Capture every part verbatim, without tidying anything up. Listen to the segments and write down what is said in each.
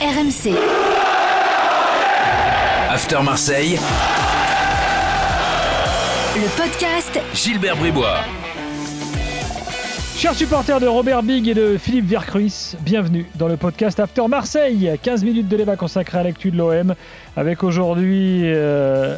R M C. After Marseille. Le podcast Gilbert Bribois. Chers supporters de Robert Big et de Philippe Vercruis, bienvenue dans le podcast After Marseille. quinze minutes de débat consacré à l'actu de l'O M, avec aujourd'hui euh,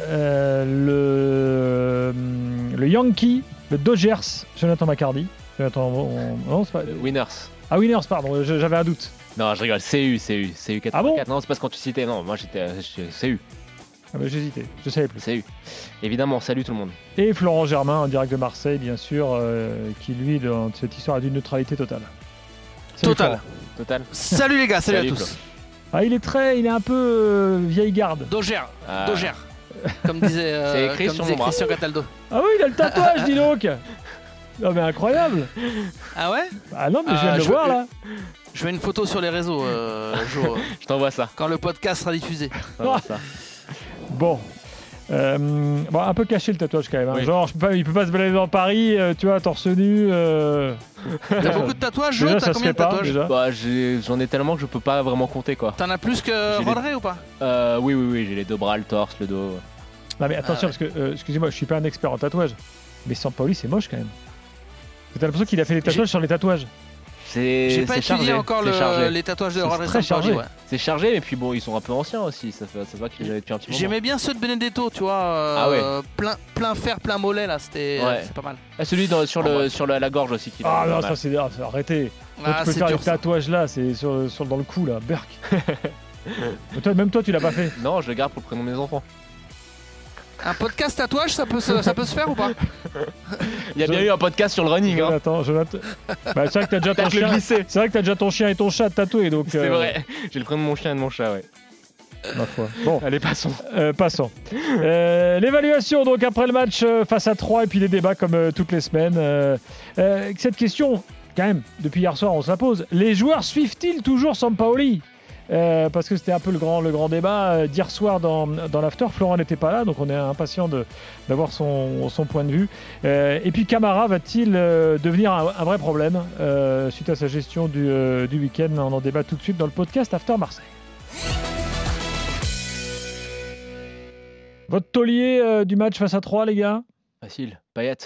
euh, le, le Yankee, le Dodgers, Jonathan McCarty. Jonathan, on, non, c'est pas... Winners. Ah, Winners, pardon, j'avais un doute. Non, je rigole, C U, C U, C U quatre-vingt-quatre. Ah bon? Non, c'est parce que quand tu citais, non, moi j'étais C U. Ah bah j'hésitais, je savais plus. C U. Évidemment, salut tout le monde. Et Florent Germain, en direct de Marseille, bien sûr, euh, qui lui, dans cette histoire, a d'une neutralité totale. Salut, Total. Florent. Total. Salut les gars, salut, Salut, à tous. Flo. Ah, il est très, il est un peu euh, vieille garde. Dodger, Ah. Dodger. Comme disait, euh, C'est écrit comme sur disait mon bras. Christian Cataldo. Ah oui, il a le tatouage, dis donc. Non mais incroyable. Ah ouais? Ah non, mais je viens Ah, de le je- voir là. Je mets une photo sur les réseaux, euh, Jo, Je t'envoie ça. quand le podcast sera diffusé. Je t'envoie ça. Bon. Euh, bon, un peu caché le tatouage quand même. Hein. Oui. Genre, je peux pas, il peut pas se balader dans Paris, euh, tu vois, torse nu. Euh... T'as beaucoup de tatouages, Jo? Déjà, T'as ça se combien fait de pas. tatouages? Déjà. Bah, j'ai- j'en ai tellement que je peux pas vraiment compter quoi. T'en as plus que J'ai des- Rodré ou pas? Euh, oui, oui, oui, j'ai les deux bras, le torse, le dos. Non mais attention, Ah ouais. parce que, euh, excusez-moi, je suis pas un expert en tatouage. Mais Sampaoli, c'est moche quand même. T'as l'impression qu'il a fait des tatouages sur les tatouages. C'est J'ai pas c'est étudié chargé. encore c'est le- chargé. les tatouages de C'est Rodré très Sampaoli, chargé. ouais. C'est chargé, mais puis bon, ils sont un peu anciens aussi. Ça, fait, ça se voit qu'ils les avaient depuis un petit moment. J'aimais bien ceux de Benedetto, tu vois. euh, Ah ouais. plein, plein fer, plein mollet là, c'était Ouais. c'est pas mal. Ah, celui dans- sur, Oh, le, ouais. sur la, la gorge aussi. Qui Ah non, ça c'est ah, faut arrêter. Toi, Ah, tu peux c'est faire les dur, ça. tatouages là, c'est sur, sur, dans le cou là, Burk. Mais toi, même toi, tu l'as pas fait. Non, je le garde pour le prénom de mes enfants. Un podcast tatouage, ça peut se, ça peut se faire ou pas? Il y a bien Je- eu un podcast sur le running. Hein. Jonathan, Jonathan. Bah, c'est vrai que t'as déjà ton Peut-être le chien. glisser. C'est vrai que t'as déjà ton chien et ton chat tatoués, donc. C'est euh, vrai. J'ai le prénom de mon chien et de mon chat, ouais. Ma foi. Bon. Allez, passons. Euh, passons. Euh, l'évaluation donc après le match euh, face à Troyes et puis les débats comme euh, toutes les semaines. Euh, euh, cette question, quand même, depuis hier soir, on se la pose. Les joueurs suivent-ils toujours Sampaoli? Euh, parce que c'était un peu le grand, le grand débat euh, d'hier soir dans, dans l'after. Florent n'était pas là, donc on est impatient de, d'avoir son, son point de vue. Euh, et puis Camara va-t-il euh, devenir un, un vrai problème euh, suite à sa gestion du, euh, du week-end? On en débat tout de suite dans le podcast After Marseille. Votre taulier euh, du match face à Troyes, les gars? Facile. Payet.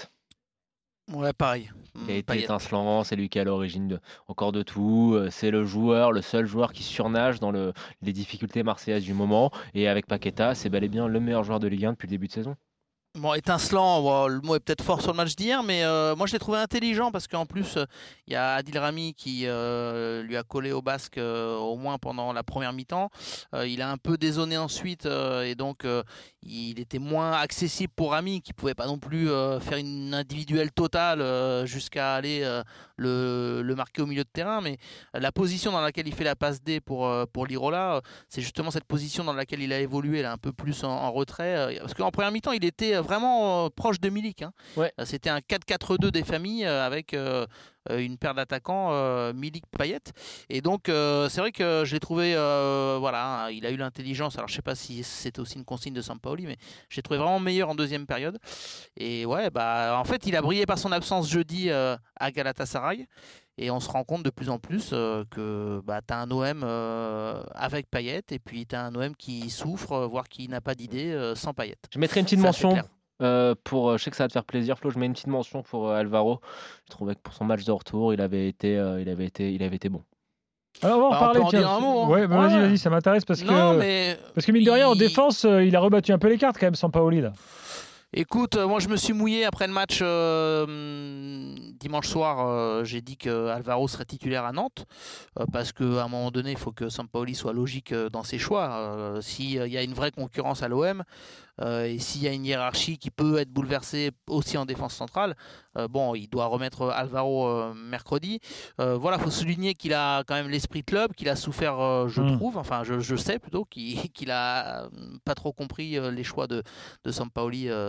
Ouais, pareil. Il a été Payet. étincelant, c'est lui qui est à l'origine de, encore de tout. Euh, C'est le joueur, le seul joueur qui surnage dans le, les difficultés marseillaises du moment. Et avec Paqueta, c'est bel et bien le meilleur joueur de Ligue un depuis le début de saison. Bon, étincelant, bon, le mot est peut-être fort sur le match d'hier, mais euh, moi je l'ai trouvé intelligent parce qu'en plus, il euh, y a Adil Rami qui euh, lui a collé au basque euh, au moins pendant la première mi-temps. Euh, il a un peu dézonné ensuite euh, et donc euh, il était moins accessible pour Rami qui pouvait pas non plus euh, faire une individuelle totale euh, jusqu'à aller euh, le, le marquer au milieu de terrain. Mais la position dans laquelle il fait la passe D pour, euh, pour Lirola, euh, c'est justement cette position dans laquelle il a évolué, là, un peu plus en, en retrait. Euh, parce qu'en première mi-temps, il était vraiment euh, proche de Milik. Hein. Ouais. Euh, C'était un quatre quatre deux des familles euh, avec euh, euh, une paire d'attaquants, euh, Milik-Payet. Et donc, euh, c'est vrai que je l'ai trouvé, euh, voilà, hein, il a eu l'intelligence. Alors, je sais pas si c'était aussi une consigne de Sampaoli, mais je l'ai trouvé vraiment meilleur en deuxième période. Et ouais, bah, en fait, il a brillé par son absence jeudi euh, à Galatasaray. Et on se rend compte de plus en plus euh, que bah, tu as un O M euh, avec Payet et puis tu as un O M qui souffre, euh, voire qui n'a pas d'idée euh, sans Payet. Je mettrai une petite Ça, mention c'est clair. euh, pour. Je sais que ça va te faire plaisir, Flo. Je mets une petite mention pour euh, Alvaro. Je trouvais que pour son match de retour, il avait été, euh, il avait été, il avait été bon. Alors, on va en Bah, on parler. peut en tiens. dire un mot, hein. Ouais, bah, vas-y, Ouais. vas-y, ça m'intéresse parce Non, que. mais Parce que mine de rien, en il- défense, euh, il a rebattu un peu les cartes quand même, Sampaoli là. Écoute, euh, moi je me suis mouillé après le match euh, dimanche soir. Euh, j'ai dit que Alvaro serait titulaire à Nantes euh, parce qu'à un moment donné, il faut que Sampaoli soit logique euh, dans ses choix. Euh, S'il y a une vraie concurrence à l'O M euh, et s'il y a une hiérarchie qui peut être bouleversée aussi en défense centrale, euh, bon, il doit remettre Alvaro euh, mercredi. Euh, voilà, il faut souligner qu'il a quand même l'esprit club, qu'il a souffert, euh, je Mm. trouve, enfin je, je sais plutôt, qu'il qu'il a euh, pas trop compris euh, les choix de, de Sampaoli. Euh,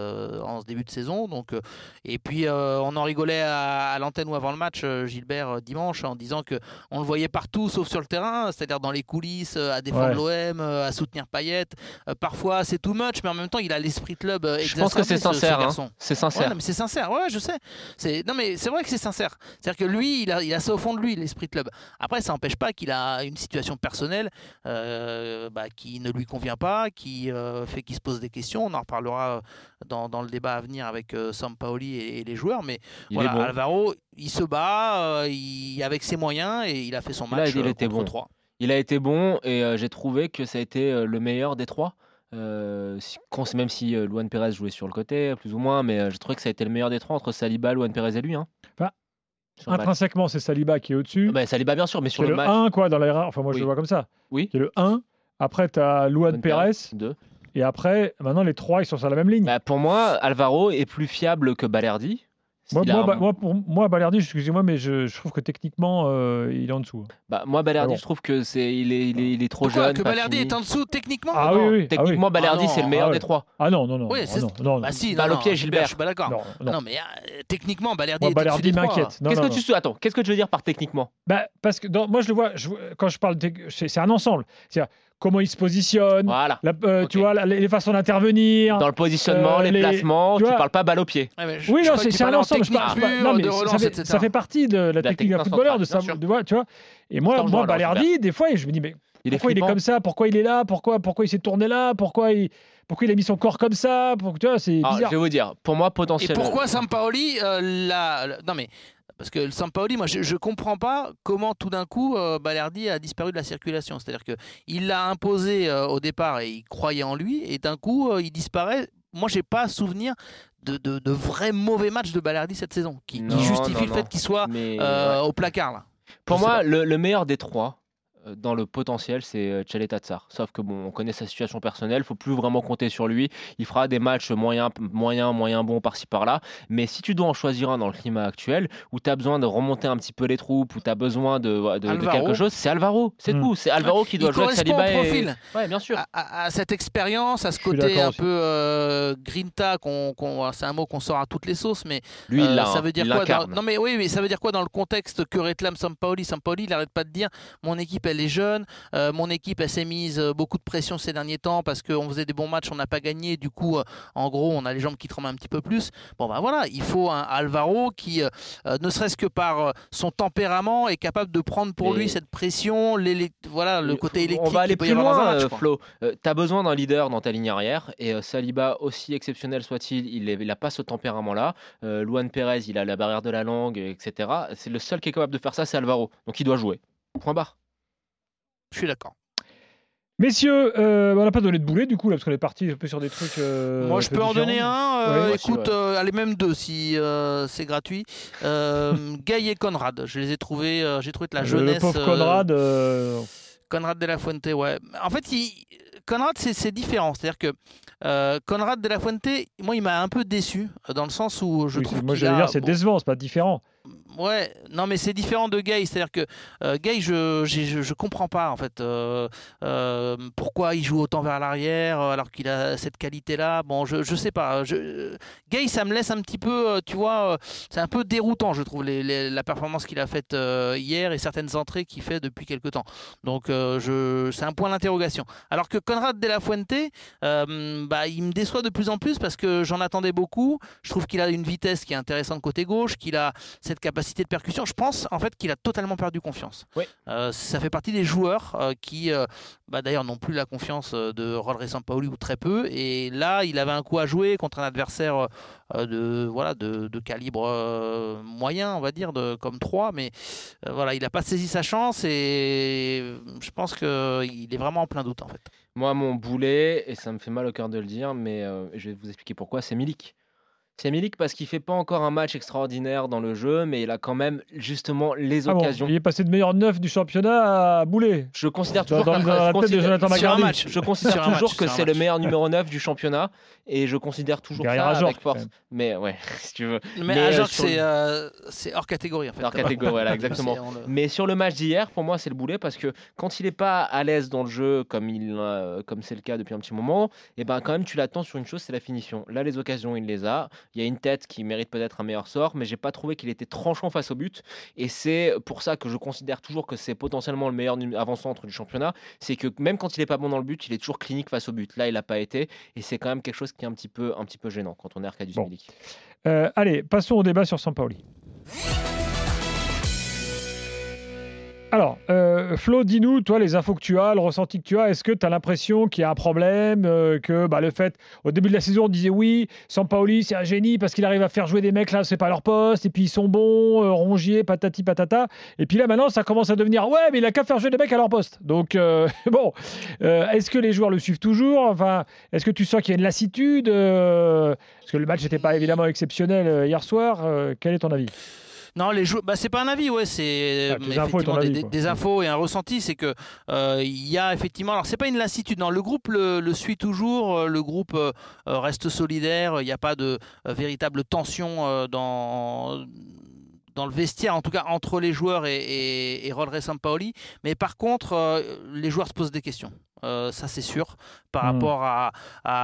euh, en ce début de saison. Donc, euh, et puis euh, on en rigolait à, à l'antenne ou avant le match, euh, Gilbert euh, dimanche, en disant que on le voyait partout sauf sur le terrain, c'est-à-dire dans les coulisses, euh, à défendre Ouais. l'O M, euh, à soutenir Payet. Euh, parfois c'est too much, mais en même temps il a l'esprit club. Euh, Je pense que c'est exacerbé, ce- ce sincère. garçon. Hein. C'est Ouais, sincère. non, mais c'est sincère, ouais, je sais. C'est... Non, mais c'est vrai que c'est sincère. C'est-à-dire que lui, il a, il a ça au fond de lui, l'esprit de club. Après, ça n'empêche pas qu'il a une situation personnelle euh, bah, qui ne lui convient pas, qui euh, fait qu'il se pose des questions. On en reparlera dans, dans le débat à venir avec euh, Sampaoli et, et les joueurs. Mais Il voilà, est bon. Alvaro, il se bat euh, il, avec ses moyens et il a fait son Là, match il euh, était contre bon. trois. Il a été bon et euh, j'ai trouvé que ça a été euh, le meilleur des trois. Euh, si- quand- même si euh, Luan Pérez jouait sur le côté, plus ou moins, mais euh, j'ai trouvé que ça a été le meilleur des trois entre Saliba, Luan Pérez et lui. Hein, Bah, sur le match. Intrinsèquement, c'est Saliba qui est au-dessus. Ah bah, Saliba, bien sûr, mais sur C'est le, le match. un, quoi, dans la hiérarchie. Enfin, moi, je Oui. le vois comme ça. Oui. C'est le un. Après, tu as Luan Luan Pérez. deux. Et après, maintenant, les trois, ils sont sur la même ligne. Bah, pour moi, Alvaro est plus fiable que Balerdi. Moi, Il a moi, un- bah, moi, pour moi, Balerdi, excusez-moi, mais je, je trouve que techniquement, euh, il est en dessous. Bah, moi, Balerdi, Ah bon. je trouve que c'est il est, il est, il est trop Pourquoi jeune. que pas Balerdi fini. est en dessous techniquement Ah Non. oui, oui. Techniquement, Ah Balerdi, non, c'est le meilleur ah des ouais. trois. Ah non, non, non. Oui, ah c'est- non, non, non. Bah si, Balle non, au pied, non, Gilbert. Je suis pas d'accord. Non, non. Non, mais euh, techniquement, Balerdi Moi, est Balerdi au-dessus des trois. m'inquiète. Non, Qu'est-ce non, que non. tu attends Qu'est-ce que tu veux dire par techniquement Bah, parce que dans- moi, je le vois, je, quand je parle, de- c'est c'est un ensemble. C'est-à-dire comment il se positionne, Voilà. la- euh, Ok. tu vois, la- les façons d'intervenir. Dans le positionnement, Euh, les, les- placements, tu tu vois- parles pas balle au pied. Ouais, mais je- Oui, je non, crois c'est que tu c'est un parlais en ensemble. Je technique parle- je parle- pure, non, mais de ça relance, fait, et cetera. ça fait partie de la, la technique technique d'un footballeur, de, centrale, sa, bien sûr. de voir, tu vois. Et moi, Sans le moi genre, Balerdi, des fois, je me dis, mais Il est pourquoi il est flippant. comme ça Pourquoi il est là Pourquoi, pourquoi il s'est tourné là Pourquoi il, pourquoi il a mis son corps comme ça Pour, tu vois, c'est Alors, je bizarre. vais vous dire, pour moi, Et potentiellement. pourquoi Sampaoli euh, l'a... Non mais, parce que le Sampaoli, moi je, je comprends pas comment tout d'un coup euh, Balerdi a disparu de la circulation. C'est-à-dire qu'il l'a imposé euh, au départ et il croyait en lui, et d'un coup euh, il disparaît. Moi j'ai pas souvenir de, de, de vrais mauvais matchs de Balerdi cette saison, qui, Non, qui justifie non, le non. fait qu'il soit Mais, euh, ouais. au placard là. Pour Je sais moi, pas. le, le meilleur des trois, euh, dans le potentiel, c'est euh, Tchaleta Tsar. Sauf que bon, on connaît sa situation personnelle, faut plus vraiment compter sur lui. Il fera des matchs moyens, moyens, moyens bons par-ci par-là. Mais si tu dois en choisir un dans le climat actuel, où tu as besoin de remonter un petit peu les troupes, où tu as besoin de, de, de Alvaro. quelque chose, c'est Alvaro. C'est Mm. tout. C'est Alvaro qui doit Il jouer avec correspond Saliba. au Et... profil. Ouais, bien sûr. À, à- à cette expérience, à ce Je suis côté d'accord un aussi. peu euh, grinta, qu'on, qu'on- c'est un mot qu'on sort à toutes les sauces, mais Lui, il Euh, l'a. ça hein. veut dire Il quoi dans... l'incarne. Non mais oui, mais ça veut dire quoi dans le contexte que réclame Sampaoli Sampaoli, il n'arrête pas de dire mon équipe elle est jeune, euh, mon équipe elle s'est mise euh, beaucoup de pression ces derniers temps parce qu'on faisait des bons matchs, on n'a pas gagné, du coup euh, en gros on a les jambes qui tremblent un petit peu plus. Bon ben voilà, il faut un Alvaro qui, euh, euh, ne serait-ce que par euh, son tempérament, est capable de prendre pour Mais- lui cette pression, l'élé- voilà le côté électrique. On va aller qu'il peut y plus avoir dans loin, un match, euh, quoi. Flo. Euh, tu as besoin d'un leader dans ta ligne arrière. Et euh, Saliba, aussi exceptionnel soit-il, il n'a pas ce tempérament-là. Euh, Luan Pérez, il a la barrière de la langue, et cetera. C'est le seul qui est capable de faire ça, c'est Alvaro. Donc il doit jouer. Point barre. Je suis d'accord. Messieurs, euh, on n'a pas donné de boulet du coup, là, parce qu'on est parti un peu sur des trucs. euh, Moi, un je peu peux en différents. donner un. Ouais, euh, moi aussi, écoute, ouais. euh, allez, même deux si euh, c'est gratuit. Euh, Gay et Conrad, je les ai trouvés. euh, j'ai trouvé de la Le- jeunesse. Le pauvre euh, Conrad. euh, Conrad de la Fuente, ouais. En fait, il- Conrad, c'est c'est différent. C'est-à-dire que euh, Conrad de la Fuente, moi, il m'a un peu déçu, euh, dans le sens où je oui, trouve c'est- moi, qu'il j'allais a- dire, c'est bon, décevant, c'est pas différent. Ouais, non mais c'est différent de Gay, c'est-à-dire que euh, Gay, je, j'ai- je je comprends pas en fait euh, euh, pourquoi il joue autant vers l'arrière euh, alors qu'il a cette qualité-là. Bon, je je sais pas. Je, Gay, ça me laisse un petit peu, euh, tu vois, euh, c'est un peu déroutant, je trouve, les, les- la performance qu'il a faite euh, hier et certaines entrées qu'il fait depuis quelques temps. Donc euh, je, c'est un point d'interrogation. Alors que Conrad de la Fuente, euh, bah, il me déçoit de plus en plus parce que j'en attendais beaucoup. Je trouve qu'il a une vitesse qui est intéressante côté gauche, qu'il a cette capacité de percussion. Je pense en fait qu'il a totalement perdu confiance. Oui. Euh, ça fait partie des joueurs euh, qui, euh, bah, d'ailleurs, n'ont plus la confiance euh, de Rodri Sampaoli ou très peu. Et là, il avait un coup à jouer contre un adversaire euh, de, voilà, de, de calibre euh, moyen, on va dire, de, comme trois. Mais euh, voilà, il n'a pas saisi sa chance et je pense qu'il est vraiment en plein doute en fait. Moi, mon boulet, et ça me fait mal au cœur de le dire, mais euh, je vais vous expliquer pourquoi, c'est Milik. C'est Milik parce qu'il fait pas encore un match extraordinaire dans le jeu, mais il a quand même justement les Ah bon, occasions. il est passé de meilleur neuf du championnat à Boulet. Je considère Dans, toujours, dans, que- dans la je tête de considère- Jonathan sur un McGardy. match. je considère Sur un toujours match, que sur un c'est le match. meilleur numéro neuf du championnat et je considère toujours Derrière ça Ajorc, avec force. quand même. Mais ouais, si tu veux. Mais, Mais, à euh, Ajorc, sur le- c'est euh, c'est hors catégorie en fait. Hors catégorie, voilà, exactement. C'est- on le- Mais sur le match d'hier, pour moi, c'est le Boulet parce que quand il n'est pas à l'aise dans le jeu, comme il, euh, comme c'est le cas depuis un petit moment, et ben quand même tu l'attends sur une chose, c'est la finition. Là, les occasions, il les a. Il y a une tête qui mérite peut-être un meilleur sort, mais j'ai pas trouvé qu'il était tranchant face au but. Et c'est pour ça que je considère toujours que c'est potentiellement le meilleur num- avant-centre du championnat. C'est que même quand il est pas bon dans le but, il est toujours clinique face au but. Là, il a pas été, et c'est quand même quelque chose qui est un petit peu, un petit peu gênant quand on est Arkadiusz Bon. Milik. Euh, allez, passons au débat sur Sampaoli. Alors, euh, Flo, dis-nous, toi, les infos que tu as, le ressenti que tu as, est-ce que tu as l'impression qu'il y a un problème, euh, que bah, le fait, au début de la saison, on disait oui, Sampaoli, c'est un génie parce qu'il arrive à faire jouer des mecs là, c'est pas leur poste, et puis ils sont bons, euh, Rongier, patati patata, et puis là maintenant, ça commence à devenir ouais, mais il a qu'à faire jouer des mecs à leur poste. Donc, euh, bon, euh, est-ce que les joueurs le suivent toujours? Enfin, est-ce que tu sens qu'il y a une lassitude euh, Parce que le match n'était pas évidemment exceptionnel euh, hier soir. Euh, quel est ton avis? Non, les joueurs, bah, c'est pas un avis, ouais, c'est Ah, tes euh, infos et ton effectivement avis, des, quoi. des infos et un ressenti, c'est que euh, il y a effectivement, alors c'est pas une lassitude, non, le groupe le, le suit toujours, euh, le groupe euh, euh, reste solidaire, il n'y a pas de euh, véritable tension euh, dans dans le vestiaire, en tout cas entre les joueurs et, et, et Rodri Sampaoli, mais par contre, euh, les joueurs se posent des questions. Euh, ça c'est sûr, par Mmh. rapport à,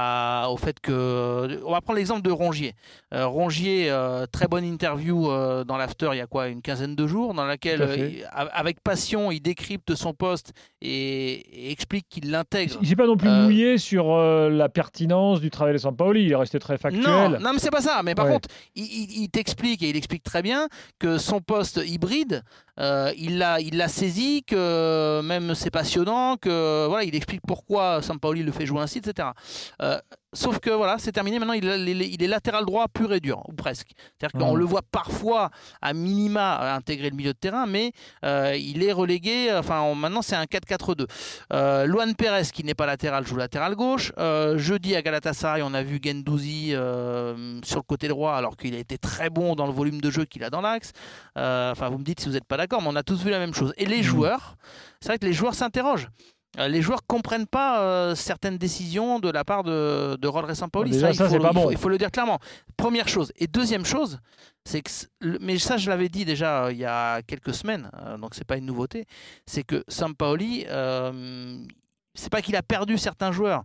à- au fait que... On va prendre l'exemple de Rongier. Euh, Rongier, euh, très bonne interview euh, dans l'after il y a quoi, une quinzaine de jours, dans laquelle, Tout à fait. euh, il- avec passion, il décrypte son poste et, et explique qu'il l'intègre. Il s'est pas non plus Euh, mouillé sur euh, la pertinence du travail de Sampaoli, il est resté très factuel. Non, non, mais c'est pas ça. Mais par Ouais. contre, il, il- il t'explique et il explique très bien que son poste hybride, euh, il l'a, il l'a saisi, que même c'est passionnant, que voilà, il explique pourquoi Sampaoli le fait jouer ainsi, et cetera. Euh, sauf que voilà, c'est terminé. Maintenant, il, il est- il est latéral droit pur et dur, ou presque. C'est-à-dire qu'on Mhm. le voit parfois à minima intégrer le milieu de terrain, mais euh, il est relégué. Enfin, on- maintenant, c'est un quatre quatre deux. Euh, Luan Pérez, qui n'est pas latéral, joue latéral gauche. Euh, jeudi à Galatasaray, on a vu Guendouzi euh, sur le côté droit, alors qu'il a été très bon dans le volume de jeu qu'il a dans l'axe. Euh, Enfin, vous me dites si vous n'êtes pas d'accord, mais on a tous vu la même chose. Et les Mhm. joueurs, c'est vrai que les joueurs s'interrogent. Euh, Les joueurs comprennent pas euh, certaines décisions de la part de, de Rodri Sampaoli. Ah, déjà, ça, ça, il, faut, c'est le- pas il bon. faut- il faut le dire clairement. Première chose. Et deuxième chose, c'est que, c- le- mais ça je l'avais dit déjà euh, il y a quelques semaines, euh, donc c'est pas une nouveauté, c'est que Sampaoli, euh, c'est pas qu'il a perdu certains joueurs,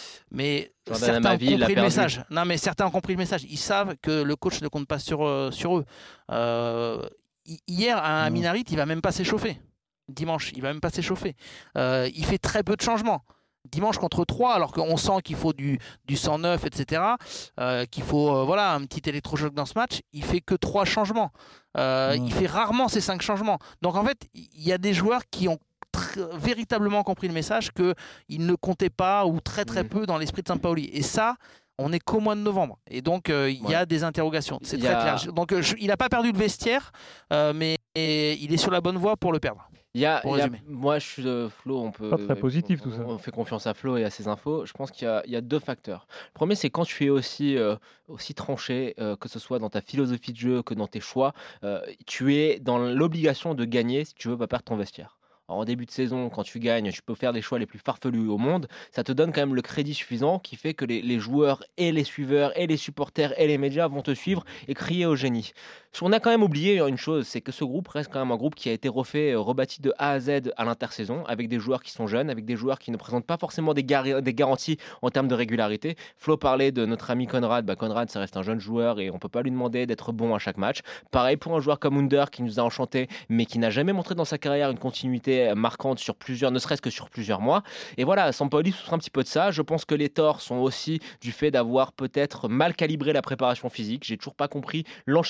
mais Jordan certains ont Amavi, il a compris le perdu. message. Non, mais certains ont compris le message. Ils savent que le coach ne compte pas sur, euh, sur eux. Euh, hi- hier, à Mhm. Minarit, il va même pas s'échauffer. Dimanche, il va même pas s'échauffer. Euh, il fait très peu de changements. Dimanche contre trois, alors qu'on sent qu'il faut du, du cent neuf, et cetera, euh, qu'il faut euh, voilà, un petit électrochoc dans ce match, il fait que trois changements. Euh, Mhm. Il fait rarement ces cinq changements. Donc en fait, il y a des joueurs qui ont tr- véritablement compris le message qu'ils ne comptaient pas ou très très Mhm. peu dans l'esprit de Sampaoli. Et ça, on est qu'au mois de novembre. Et donc, euh, il y a des interrogations. C'est Il y très a- clair. Donc, euh, je- il n'a pas perdu le vestiaire, euh, mais il est sur la bonne voie pour le perdre. Il y a, Pour il y a- résumer. moi, je suis de Flo, on peut. Pas très positif, on, tout ça. On fait confiance à Flo et à ses infos. Je pense qu'il y a, il y a deux facteurs. Le premier, c'est quand tu es aussi, euh, aussi tranché, euh, que ce soit dans ta philosophie de jeu que dans tes choix, euh, tu es dans l'obligation de gagner si tu veux pas perdre ton vestiaire. Alors, en début de saison, quand tu gagnes, tu peux faire les choix les plus farfelus au monde. Ça te donne quand même le crédit suffisant qui fait que les, les joueurs et les suiveurs et les supporters et les médias vont te suivre et crier au génie. On a quand même oublié une chose, c'est que ce groupe reste quand même un groupe qui a été refait, euh, rebâti de A à Z à l'intersaison, avec des joueurs qui sont jeunes, avec des joueurs qui ne présentent pas forcément des, gar- des garanties en termes de régularité. Flo parlait de notre ami Conrad. Bah, Conrad, ça reste un jeune joueur et on ne peut pas lui demander d'être bon à chaque match. Pareil pour un joueur comme Under qui nous a enchanté, mais qui n'a jamais montré dans sa carrière une continuité marquante sur plusieurs, ne serait-ce que sur plusieurs mois. Et voilà, Sampaoli souffre un petit peu de ça. Je pense que les torts sont aussi du fait d'avoir peut-être mal calibré la préparation physique. J'ai toujours pas compris l'enchaînement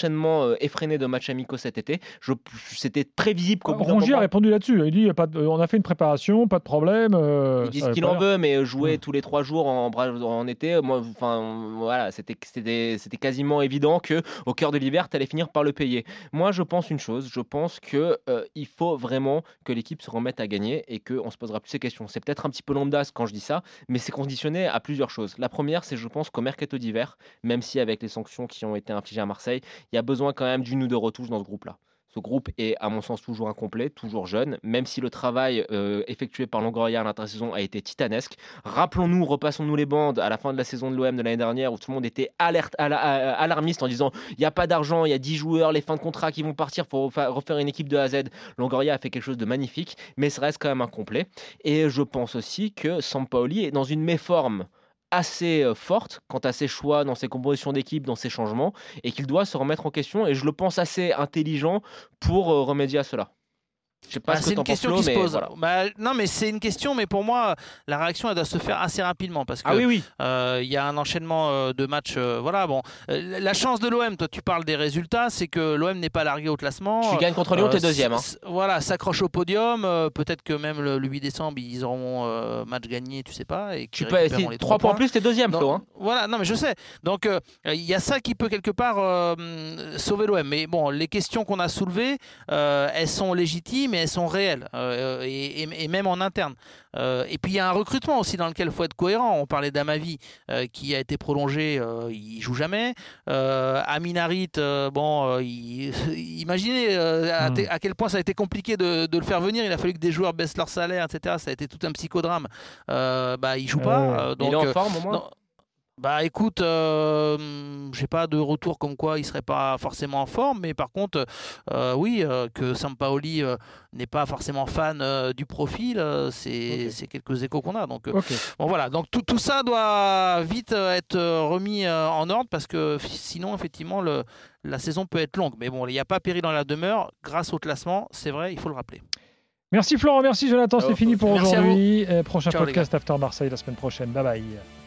euh, effréné de matchs amicaux cet été. Je, c'était prévisible qu'au bout d'un Rongier moment... a répondu là-dessus. Il dit pas de, on a fait une préparation, pas de problème. Euh, il dit ce qu'il en l'air. veut, mais jouer Ouais. tous les trois jours en, en été, moi, enfin, voilà, c'était, c'était, c'était quasiment évident que au cœur de l'hiver, tu allais finir par le payer. Moi, je pense une chose. Je pense que euh, il faut vraiment que l'équipe se remette à gagner et qu'on se posera plus ces questions. C'est peut-être un petit peu lambda quand je dis ça, mais c'est conditionné à plusieurs choses. La première, c'est je pense qu'au mercato d'hiver, même si avec les sanctions qui ont été infligées à Marseille, il y a besoin quand même d'une ou deux retouches dans ce groupe-là. Ce groupe est, à mon sens, toujours incomplet, toujours jeune, même si le travail euh, effectué par Longoria à l'intersaison a été titanesque. Rappelons-nous, repassons-nous les bandes à la fin de la saison de l'O M de l'année dernière où tout le monde était alerte, ala, alarmiste en disant il n'y a pas d'argent, il y a dix joueurs, les fins de contrat qui vont partir, il faut refaire une équipe de A à Z. Longoria a fait quelque chose de magnifique, mais ça reste quand même incomplet. Et je pense aussi que Sampaoli est dans une méforme assez forte quant à ses choix dans ses compositions d'équipe, dans ses changements, et qu'il doit se remettre en question, et je le pense assez intelligent pour euh, remédier à cela. Je sais pas Bah, ce c'est que t'en une question penses, qui Flo, se mais pose. voilà. Bah, non, mais c'est une question, mais pour moi, la réaction elle doit se faire assez rapidement parce que Ah oui, oui. euh, il y a un enchaînement euh, de matchs. Euh, voilà, bon, Euh, la chance de l'O M, toi, tu parles des résultats, c'est que l'O M n'est pas largué au classement. Tu gagnes contre Lyon, t'es deuxième. Hein. s- Voilà, s'accroche au podium. euh, Peut-être que même le, le huit décembre, ils auront euh, match gagné, tu sais pas, et Tu qu'ils peux récupéreront si, les trois points en points. plus, t'es deuxième, Non, Flo. Hein. Voilà, non mais je sais. Donc il euh, y a ça qui peut quelque part euh, sauver l'O M. Mais bon, les questions qu'on a soulevées, euh, elles sont légitimes et elles sont réelles, euh, et, et, et même en interne. Euh, et puis il y a un recrutement aussi dans lequel il faut être cohérent. On parlait d'Amavi euh, qui a été prolongé, euh, il joue jamais. Euh, Aminarit, euh, bon, euh, il, imaginez euh, à, Mm. à quel point ça a été compliqué de, de le faire venir. Il a fallu que des joueurs baissent leur salaire, et cetera. Ça a été tout un psychodrame. Euh, bah, il joue Ouais. pas. euh, donc, Il est en euh, forme au moins. non, bah écoute, euh, j'ai pas de retour comme quoi il serait pas forcément en forme, mais par contre, euh, oui, euh, que Sampaoli euh, n'est pas forcément fan euh, du profil, euh, c'est Ok. c'est quelques échos qu'on a. Donc euh, Ok. bon voilà, donc tout, tout ça doit vite euh, être euh, remis euh, en ordre parce que f- sinon effectivement le, la saison peut être longue. Mais bon, il n'y a pas péril dans la demeure grâce au classement, c'est vrai, il faut le rappeler. Merci Florent, merci Jonathan, c'est Oh, fini pour merci à aujourd'hui. Euh, prochain Ciao, les podcast After Marseille la semaine prochaine. Bye bye.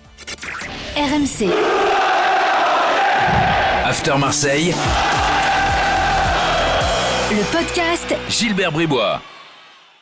R M C. After Marseille, Le podcast Gilbert Bribois.